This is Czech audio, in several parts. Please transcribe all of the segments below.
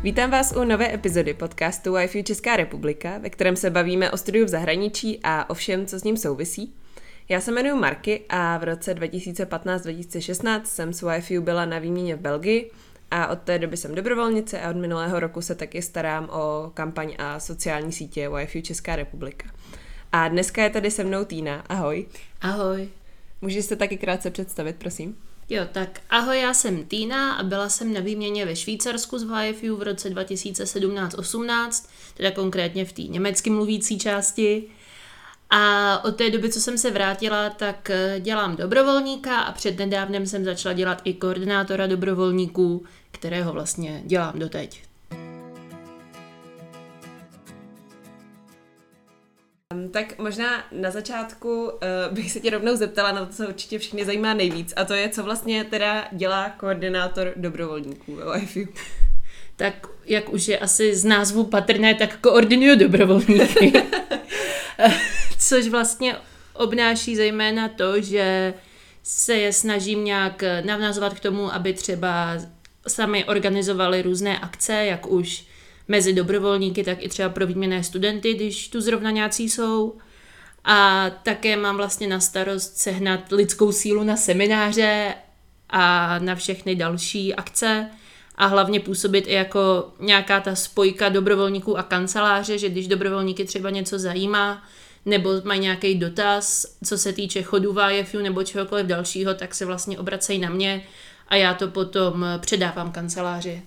Vítám vás u nové epizody podcastu YFU Česká republika, ve kterém se bavíme o studiu v zahraničí a o všem, co s ním souvisí. Já se jmenuji Marky a v roce 2015-2016 jsem s YFU byla na výměně v Belgii a od té doby jsem dobrovolnice a od minulého roku se taky starám o kampaň a sociální sítě YFU Česká republika. A dneska je tady se mnou Týna. Ahoj. Ahoj. Můžeš se taky krátce představit, prosím? Jo, tak ahoj, já jsem Týna a byla jsem na výměně ve Švýcarsku z YFU v roce 2017-18, teda konkrétně v té německy mluvící části. A od té doby, co jsem se vrátila, tak dělám dobrovolníka a přednedávnem jsem začala dělat i koordinátora dobrovolníků, kterého vlastně dělám doteď. Tak možná na začátku bych se tě rovnou zeptala na to, co určitě všechny zajímá nejvíc, a to je, co vlastně teda dělá koordinátor dobrovolníků ve YFU. Tak jak už je asi z názvu patrné, tak koordinuju dobrovolníky. Což vlastně obnáší zejména to, že se je snažím nějak navnazovat k tomu, aby třeba sami organizovali různé akce, jak už mezi dobrovolníky, tak i třeba pro výměnné studenty, když tu zrovna nějací jsou. A také mám vlastně na starost sehnat lidskou sílu na semináře a na všechny další akce a hlavně působit i jako nějaká ta spojka dobrovolníků a kanceláře, že když dobrovolníky třeba něco zajímá nebo mají nějaký dotaz, co se týče chodu v YFU nebo čehokoliv dalšího, tak se vlastně obracejí na mě a já to potom předávám kanceláři.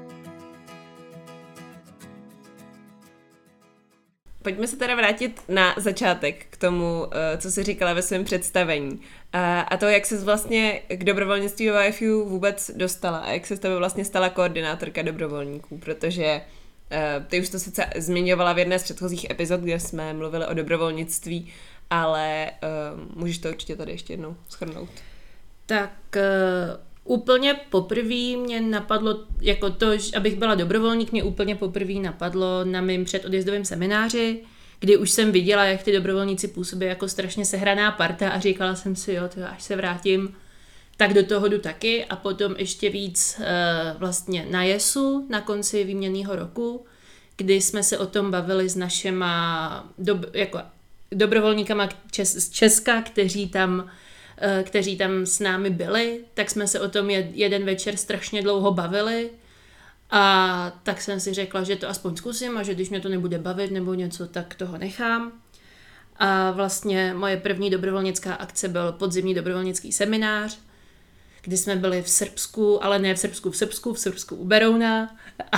Pojďme se teda vrátit na začátek k tomu, co jsi říkala ve svém představení. A to, jak jsi vlastně k dobrovolnictví v YFU vůbec dostala a jak se z tebe vlastně stala koordinátorka dobrovolníků, protože ty už to sice zmiňovala v jedné z předchozích epizod, kde jsme mluvili o dobrovolnictví, ale můžeš to určitě tady ještě jednou shrnout. Tak úplně poprvé mě napadlo, jako to, abych byla dobrovolník, mě úplně poprvé napadlo na mým předodjezdovém semináři, kdy už jsem viděla, jak ty dobrovolníci působí jako strašně sehraná parta a říkala jsem si, jo, až se vrátím, tak do toho jdu taky a potom ještě víc vlastně na JESu na konci výměnného roku, kdy jsme se o tom bavili s našima dobrovolníkama z Česka, kteří tam s námi byli, tak jsme se o tom jeden večer strašně dlouho bavili a tak jsem si řekla, že to aspoň zkusím a že když mě to nebude bavit nebo něco, tak toho nechám. A vlastně moje první dobrovolnická akce byl podzimní dobrovolnický seminář, kdy jsme byli v Srbsku, ale ne v Srbsku u Berouna.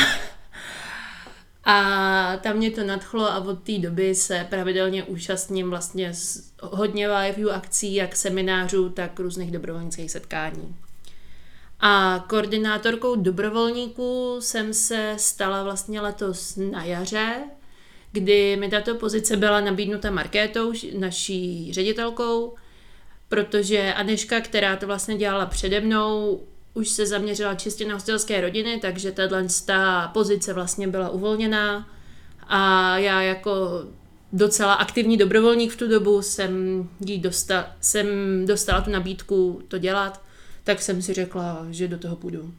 A tam mě to nadchlo a od té doby se pravidelně účastním vlastně hodně YFU akcí, jak seminářů, tak různých dobrovolnických setkání. A koordinátorkou dobrovolníků jsem se stala vlastně letos na jaře, kdy mi tato pozice byla nabídnuta Markétou, naší ředitelkou, protože Anežka, která to vlastně dělala přede mnou, už se zaměřila čistě na hostelské rodiny, takže ta pozice vlastně byla uvolněná a já jako docela aktivní dobrovolník v tu dobu jsem dostala tu nabídku to dělat, tak jsem si řekla, že do toho půjdu.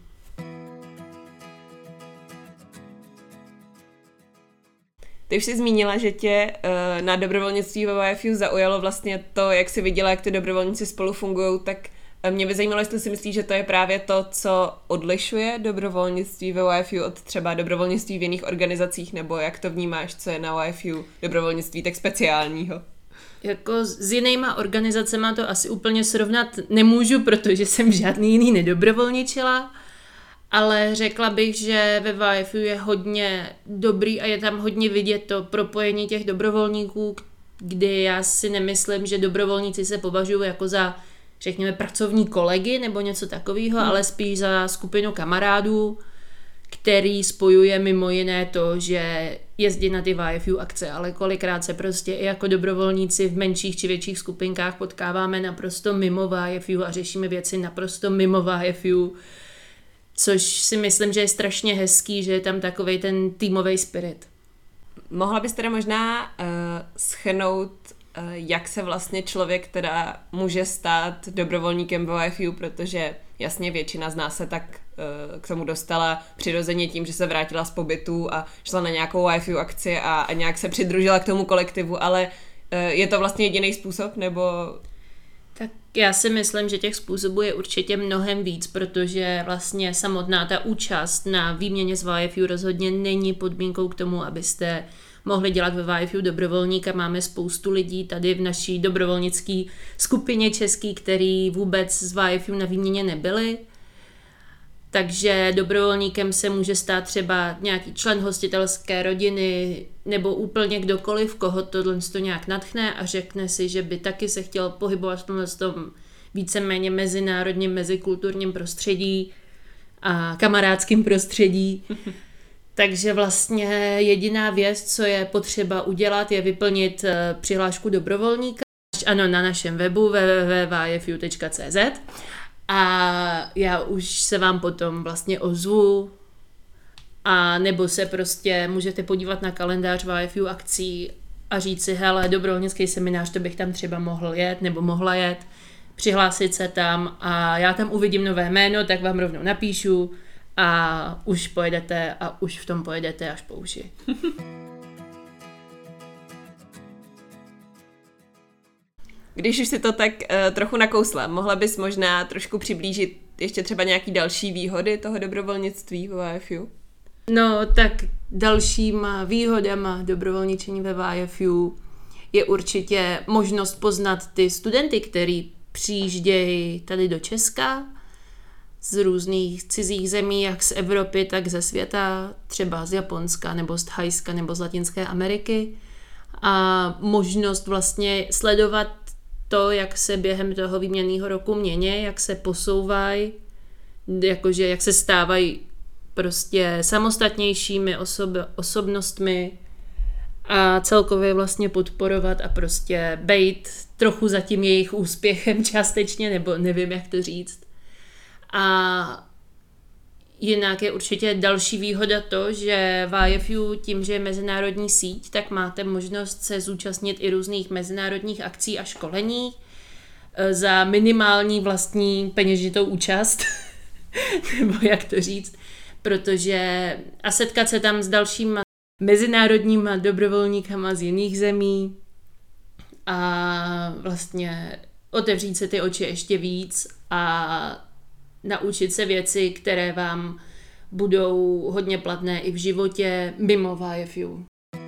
Ty už jsi zmínila, že tě na dobrovolnictví ve YFU zaujalo vlastně to, jak jsi viděla, jak ty dobrovolníci spolu fungují, tak mě by zajímalo, jestli si myslíš, že to je právě to, co odlišuje dobrovolnictví ve YFU od třeba dobrovolnictví v jiných organizacích, nebo jak to vnímáš, co je na YFU dobrovolnictví tak speciálního? Jako s jinýma organizacema to asi úplně srovnat nemůžu, protože jsem žádný jiný nedobrovolničila, ale řekla bych, že ve YFU je hodně dobrý a je tam hodně vidět to propojení těch dobrovolníků, kdy já si nemyslím, že dobrovolníci se považují jako za, řekněme, pracovní kolegy nebo něco takového, ale spíš za skupinu kamarádů, který spojuje mimo jiné to, že jezdí na ty YFU akce, ale kolikrát se prostě i jako dobrovolníci v menších či větších skupinkách potkáváme naprosto mimo YFU a řešíme věci naprosto mimo YFU, což si myslím, že je strašně hezký, že je tam takovej ten týmový spirit. Mohla bys teda možná shrnout, jak se vlastně člověk teda může stát dobrovolníkem v YFU, protože jasně většina z nás se tak k tomu dostala přirozeně tím, že se vrátila z pobytu a šla na nějakou YFU akci a nějak se přidružila k tomu kolektivu, ale je to vlastně jediný způsob, nebo... Tak já si myslím, že těch způsobů je určitě mnohem víc, protože vlastně samotná ta účast na výměně z YFU rozhodně není podmínkou k tomu, abyste mohli dělat ve YFU dobrovolníka. Máme spoustu lidí tady v naší dobrovolnické skupině český, který vůbec z YFU na výměně nebyli. Takže dobrovolníkem se může stát třeba nějaký člen hostitelské rodiny nebo úplně kdokoliv, koho tohle nějak nadchne a řekne si, že by taky se chtěl pohybovat v tom víceméně mezinárodním, mezikulturním prostředí a kamarádským prostředí. Takže vlastně jediná věc, co je potřeba udělat, je vyplnit přihlášku dobrovolníka. Ano, na našem webu www.yfu.cz a já už se vám potom vlastně ozvu a nebo se prostě můžete podívat na kalendář YFU akcí a říct si, hele, dobrovolnický seminář, to bych tam třeba mohl jet nebo mohla jet, přihlásit se tam a já tam uvidím nové jméno, tak vám rovnou napíšu a už pojedete a už v tom pojedete až po uši. Když už si to tak trochu nakousla, mohla bys možná trošku přiblížit ještě třeba nějaký další výhody toho dobrovolnictví ve YFU? No, tak dalšíma výhodama dobrovolničení ve YFU je určitě možnost poznat ty studenty, který přijíždějí tady do Česka z různých cizích zemí, jak z Evropy, tak ze světa, třeba z Japonska, nebo z Thajska, nebo z Latinské Ameriky. A možnost vlastně sledovat to, jak se během toho výměnného roku mění, jak se posouvají, jakože jak se stávají prostě samostatnějšími osobnostmi a celkově vlastně podporovat a prostě bejt trochu za tím jejich úspěchem částečně, nebo nevím, jak to říct. A jinak je určitě další výhoda to, že v YFU tím, že je mezinárodní síť, tak máte možnost se zúčastnit i různých mezinárodních akcí a školení za minimální vlastní peněžitou účast, nebo jak to říct, protože a setkat se tam s dalšíma mezinárodníma dobrovolníkama z jiných zemí a vlastně otevřít se ty oči ještě víc a naučit se věci, které vám budou hodně platné i v životě mimo YFU.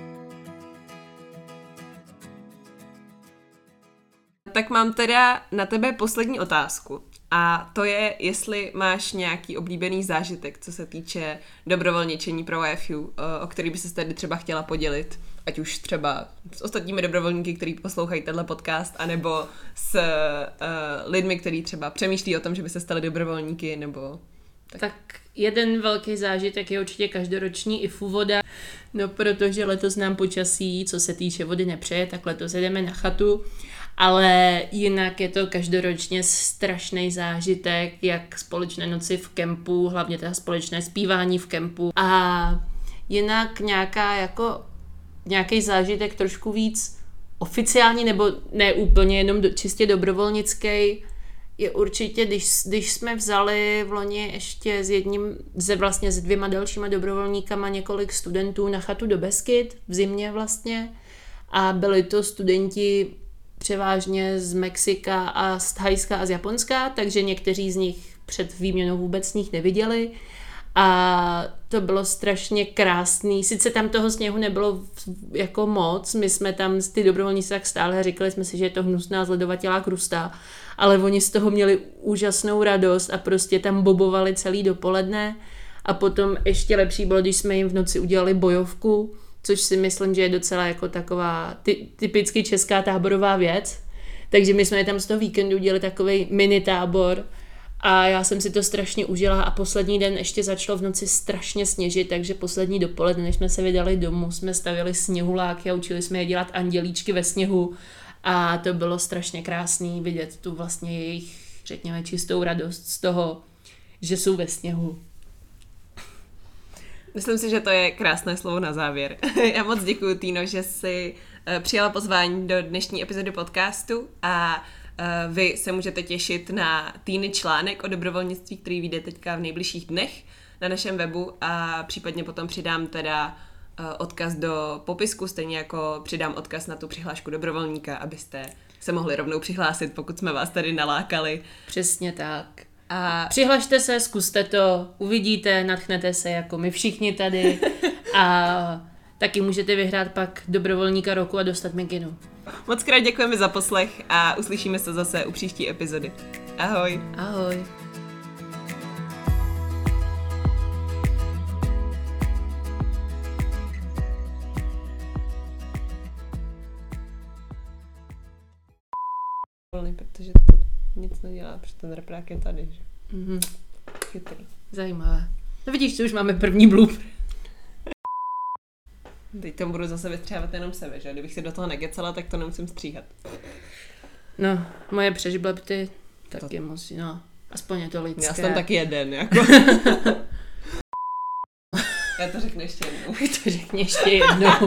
Tak mám teda na tebe poslední otázku. A to je, jestli máš nějaký oblíbený zážitek, co se týče dobrovolničení pro YFU, o který by se tady třeba chtěla podělit, ať už třeba s ostatními dobrovolníky, kteří poslouchají tenhle podcast, anebo s lidmi, kteří třeba přemýšlí o tom, že by se stali dobrovolníky, nebo... Tak jeden velký zážitek je určitě každoroční IFU voda, no protože letos nám počasí, co se týče vody, nepřeje, tak letos jdeme na chatu, ale jinak je to každoročně strašný zážitek, jak společné noci v kempu, hlavně teda společné zpívání v kempu a jinak nějaký zážitek trošku víc oficiální, nebo ne úplně, jenom čistě dobrovolnický, je určitě, když jsme vzali v loni ještě s dvěma dalšíma dobrovolníkama několik studentů na chatu do Beskyd v zimě vlastně a byli to studenti převážně z Mexika a z Thajska a z Japonska, takže někteří z nich před výměnou vůbec z nich neviděli a to bylo strašně krásný. Sice tam toho sněhu nebylo jako moc, my jsme tam ty dobrovolníci tak stále a říkali jsme si, že je to hnusná zledovatělá krusta, ale oni z toho měli úžasnou radost a prostě tam bobovali celý dopoledne a potom ještě lepší bylo, když jsme jim v noci udělali bojovku, což si myslím, že je docela jako taková typicky česká táborová věc. Takže my jsme tam z toho víkendu udělali takovej mini tábor a já jsem si to strašně užila a poslední den ještě začalo v noci strašně sněžit, takže poslední dopoledne, než jsme se vydali domů, jsme stavili sněhuláky a učili jsme je dělat andělíčky ve sněhu a to bylo strašně krásný vidět tu vlastně jejich, řekněme, čistou radost z toho, že jsou ve sněhu. Myslím si, že to je krásné slovo na závěr. Já moc děkuji, Týno, že jsi přijala pozvání do dnešní epizody podcastu a Vy se můžete těšit na týdny článek o dobrovolnictví, který vyjde teďka v nejbližších dnech na našem webu a případně potom přidám teda odkaz do popisku, stejně jako přidám odkaz na tu přihlášku dobrovolníka, abyste se mohli rovnou přihlásit, pokud jsme vás tady nalákali. Přesně tak. A přihlašte se, zkuste to, uvidíte, nadchnete se jako my všichni tady a taky můžete vyhrát pak dobrovolníka roku a dostat mikinu. Moc krát děkujeme za poslech a uslyšíme se zase u příští epizody. Ahoj. Ahoj. Protože to nic nedělá, protože ten reprák je tady, že? Chytrý. Zajímavé. No vidíš, že už máme první blooper. Teď tam budu zase vystřávat jenom sebe, že? Kdybych si do toho negecala, tak to nemusím stříhat. No, moje přežblebty taky musí, no. Aspoň je to lidské. Já jsem taky jeden, jako. Já to řeknu ještě jednou. To řekni ještě jednou.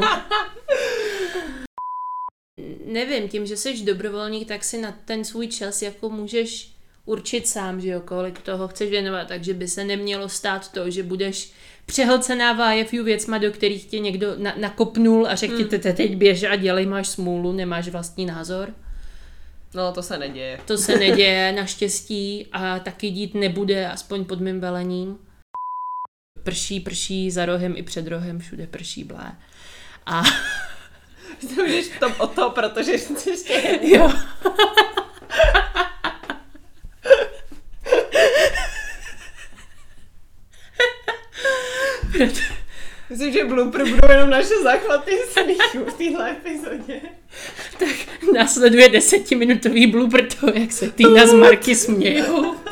Nevím, tím, že jsi dobrovolník, tak si na ten svůj čas jako můžeš určit sám, že jo, kolik toho chceš věnovat, takže by se nemělo stát to, že budeš přehlcená VFU věcma, do kterých tě někdo nakopnul a řekl ti, teď běž a dělej, máš smůlu, nemáš vlastní názor. No, to se neděje. To se neděje, naštěstí, a taky dít nebude, aspoň pod mým velením. Prší, za rohem i před rohem, všude prší, blé. A... Můžeš v tom o to, protože jsi ještě... Jo. Myslím, že blooper budou jenom naše záchvaty smíchu v téhle epizodě. Tak následuje 10minutový blooper toho, jak se Týna s Marky smějou.